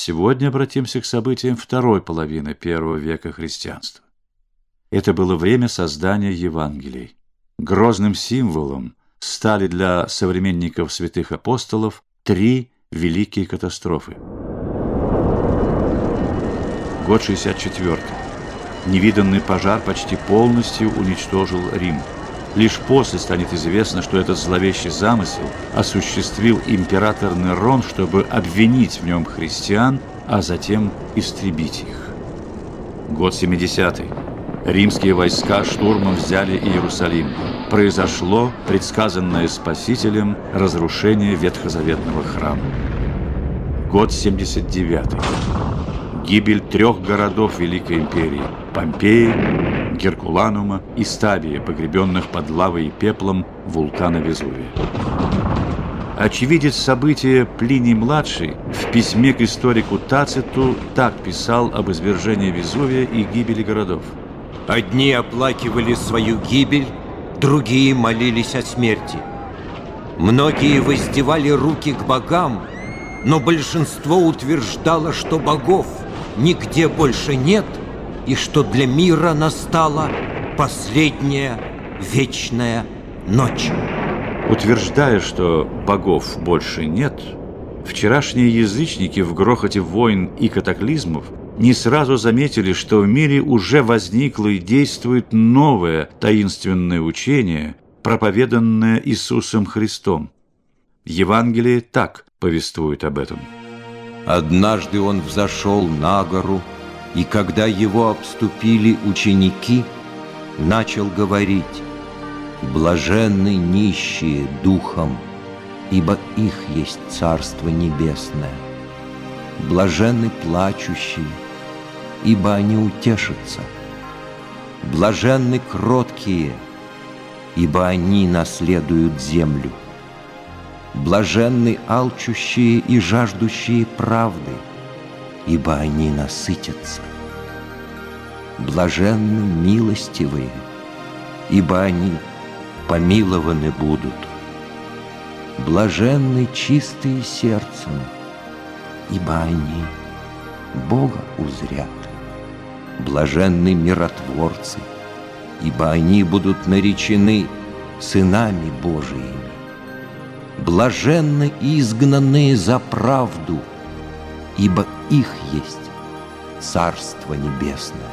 Сегодня обратимся к событиям второй половины первого века христианства. Это было время создания Евангелий. Грозным символом стали для современников святых апостолов три великие катастрофы. Год 64. Невиданный пожар почти полностью уничтожил Рим. Лишь после станет известно, что этот зловещий замысел осуществил император Нерон, чтобы обвинить в нем христиан, а затем истребить их. Год 70. Римские войска штурмом взяли Иерусалим. Произошло предсказанное Спасителем разрушение ветхозаветного храма. Год 79. Гибель 3 городов Великой империи – Помпеи, Геркуланума и Ставия, погребенных под лавой и пеплом вулкана Везувия. Очевидец события Плиний-младший в письме к историку Тациту так писал об извержении Везувия и гибели городов. Одни оплакивали свою гибель, другие молились о смерти. Многие воздевали руки к богам, но большинство утверждало, что богов нигде больше нет и что для мира настала последняя вечная ночь. Утверждая, что богов больше нет, вчерашние язычники в грохоте войн и катаклизмов не сразу заметили, что в мире уже возникло и действует новое таинственное учение, проповеданное Иисусом Христом. Евангелие так повествует об этом. Однажды он взошел на гору, и когда его обступили ученики, начал говорить: «Блаженны нищие духом, ибо их есть Царство Небесное. Блаженны плачущие, ибо они утешатся. Блаженны кроткие, ибо они наследуют землю. Блаженны алчущие и жаждущие правды, ибо они насытятся. Блаженны милостивые, ибо они помилованы будут. Блаженны чистые сердцем, ибо они Бога узрят. Блаженны миротворцы, ибо они будут наречены сынами Божиими. Блаженны изгнанные за правду, ибо их есть Царство Небесное».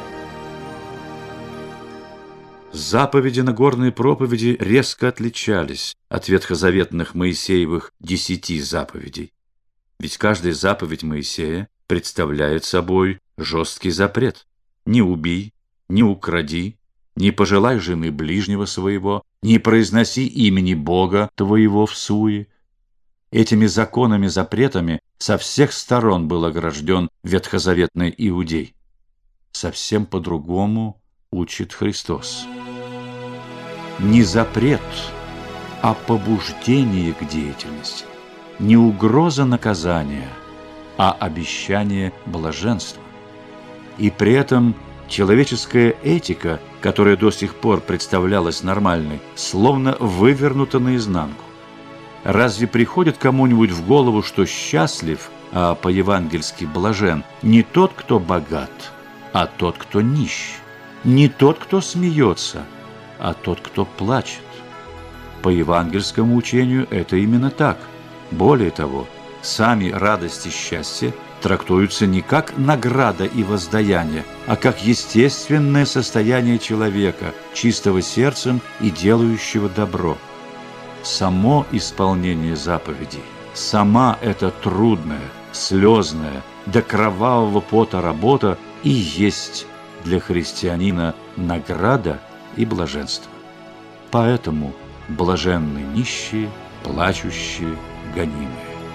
Заповеди Нагорной проповеди резко отличались от ветхозаветных Моисеевых 10 заповедей. Ведь каждая заповедь Моисея представляет собой жесткий запрет: «Не убий, не укради, не пожелай жены ближнего своего, не произноси имени Бога твоего всуе». Этими законами-запретами со всех сторон был огражден ветхозаветный иудей. Совсем по-другому учит Христос. Не запрет, а побуждение к деятельности. Не угроза наказания, а обещание блаженства. И при этом человеческая этика, которая до сих пор представлялась нормальной, словно вывернута наизнанку. Разве приходит кому-нибудь в голову, что счастлив, а по-евангельски блажен, не тот, кто богат, а тот, кто нищ? Не тот, кто смеется, а тот, кто плачет? По евангельскому учению это именно так. Более того, сами радость и счастье трактуются не как награда и воздаяние, а как естественное состояние человека, чистого сердцем и делающего добро. Само исполнение заповедей, сама эта трудная, слезная, до кровавого пота работа и есть для христианина награда и блаженство. Поэтому блаженны нищие, плачущие, гонимые.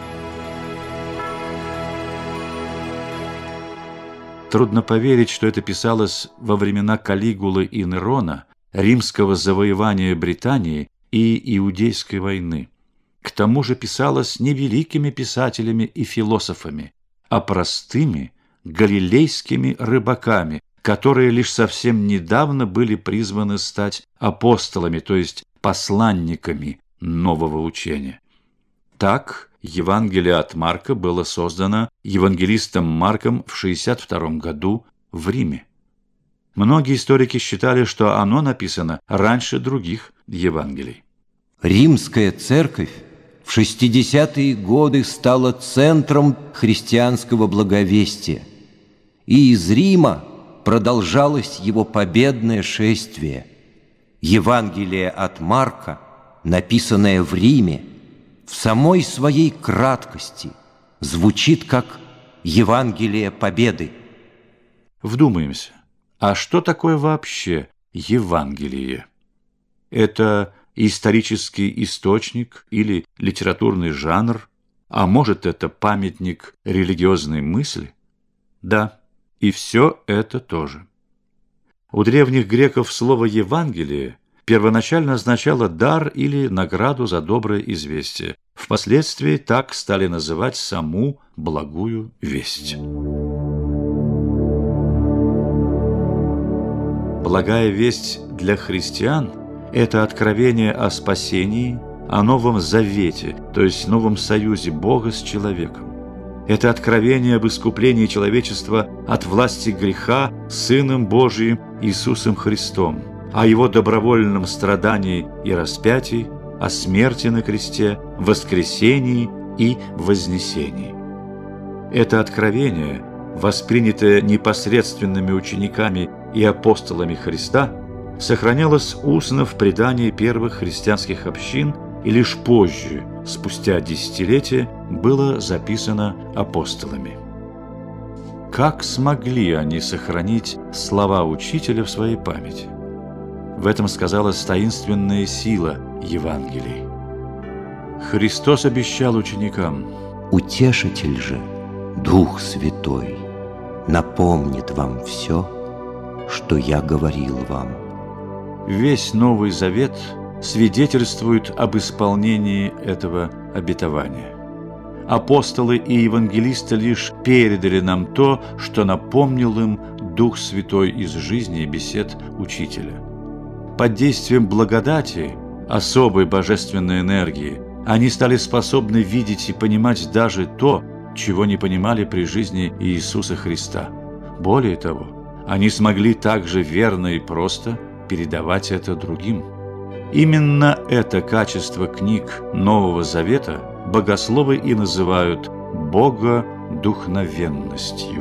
Трудно поверить, что это писалось во времена Калигулы и Нерона, римского завоевания Британии и Иудейской войны. К тому же писалось не великими писателями и философами, а простыми галилейскими рыбаками, которые лишь совсем недавно были призваны стать апостолами, то есть посланниками нового учения. Так, Евангелие от Марка было создано евангелистом Марком в 62 году в Риме. Многие историки считали, что оно написано раньше других Евангелий. Римская церковь в 60-е годы стала центром христианского благовестия, и из Рима продолжалось его победное шествие. Евангелие от Марка, написанное в Риме, в самой своей краткости звучит как Евангелие победы. Вдумаемся, а что такое вообще Евангелие? Это исторический источник или литературный жанр, а может, это памятник религиозной мысли? Да, и все это тоже. У древних греков слово «Евангелие» первоначально означало дар или награду за доброе известие. Впоследствии так стали называть саму благую весть. Благая весть для христиан – это откровение о спасении, о новом завете, то есть новом союзе Бога с человеком. Это откровение об искуплении человечества от власти греха Сыном Божиим Иисусом Христом, о Его добровольном страдании и распятии, о смерти на кресте, воскресении и вознесении. Это откровение, воспринятое непосредственными учениками и апостолами Христа, сохранялось устно в предании первых христианских общин и лишь позже, спустя десятилетия, было записано апостолами. Как смогли они сохранить слова учителя в своей памяти? В этом сказалась таинственная сила Евангелий. Христос обещал ученикам: Утешитель же, Дух Святой, напомнит вам все, что я говорил вам. Весь Новый Завет свидетельствует об исполнении этого обетования. Апостолы и евангелисты лишь передали нам то, что напомнил им Дух Святой из жизни и бесед учителя. Под действием благодати, особой божественной энергии, они стали способны видеть и понимать даже то, чего не понимали при жизни Иисуса Христа. Более того, они смогли также верно и просто передавать это другим. Именно это качество книг Нового Завета богословы и называют богодухновенностью.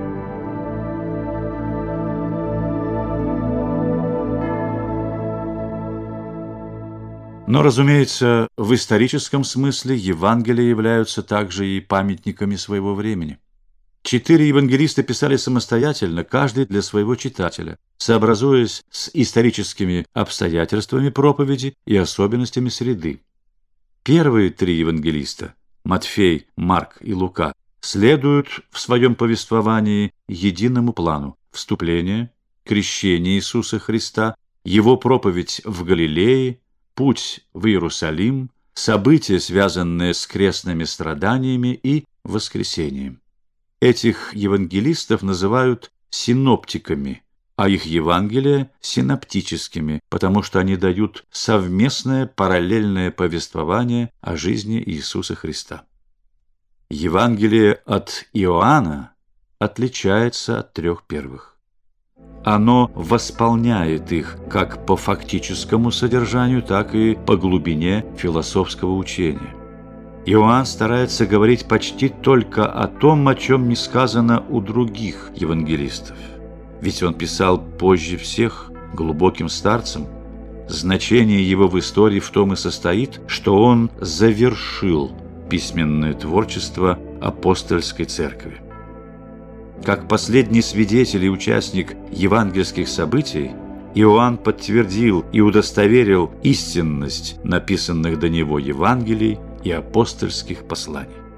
Но, разумеется, в историческом смысле Евангелия являются также и памятниками своего времени. 4 евангелиста писали самостоятельно, каждый для своего читателя, сообразуясь с историческими обстоятельствами проповеди и особенностями среды. Первые 3 евангелиста – Матфей, Марк и Лука – следуют в своем повествовании единому плану – вступление, крещение Иисуса Христа, Его проповедь в Галилее, путь в Иерусалим, события, связанные с крестными страданиями и воскресением. Этих евангелистов называют синоптиками, а их Евангелия – синоптическими, потому что они дают совместное параллельное повествование о жизни Иисуса Христа. Евангелие от Иоанна отличается от 3 первых. Оно восполняет их как по фактическому содержанию, так и по глубине философского учения. Иоанн старается говорить почти только о том, о чем не сказано у других евангелистов. Ведь он писал позже всех, глубоким старцем. Значение его в истории в том и состоит, что он завершил письменное творчество апостольской церкви. Как последний свидетель и участник евангельских событий, Иоанн подтвердил и удостоверил истинность написанных до него Евангелий и апостольских посланий.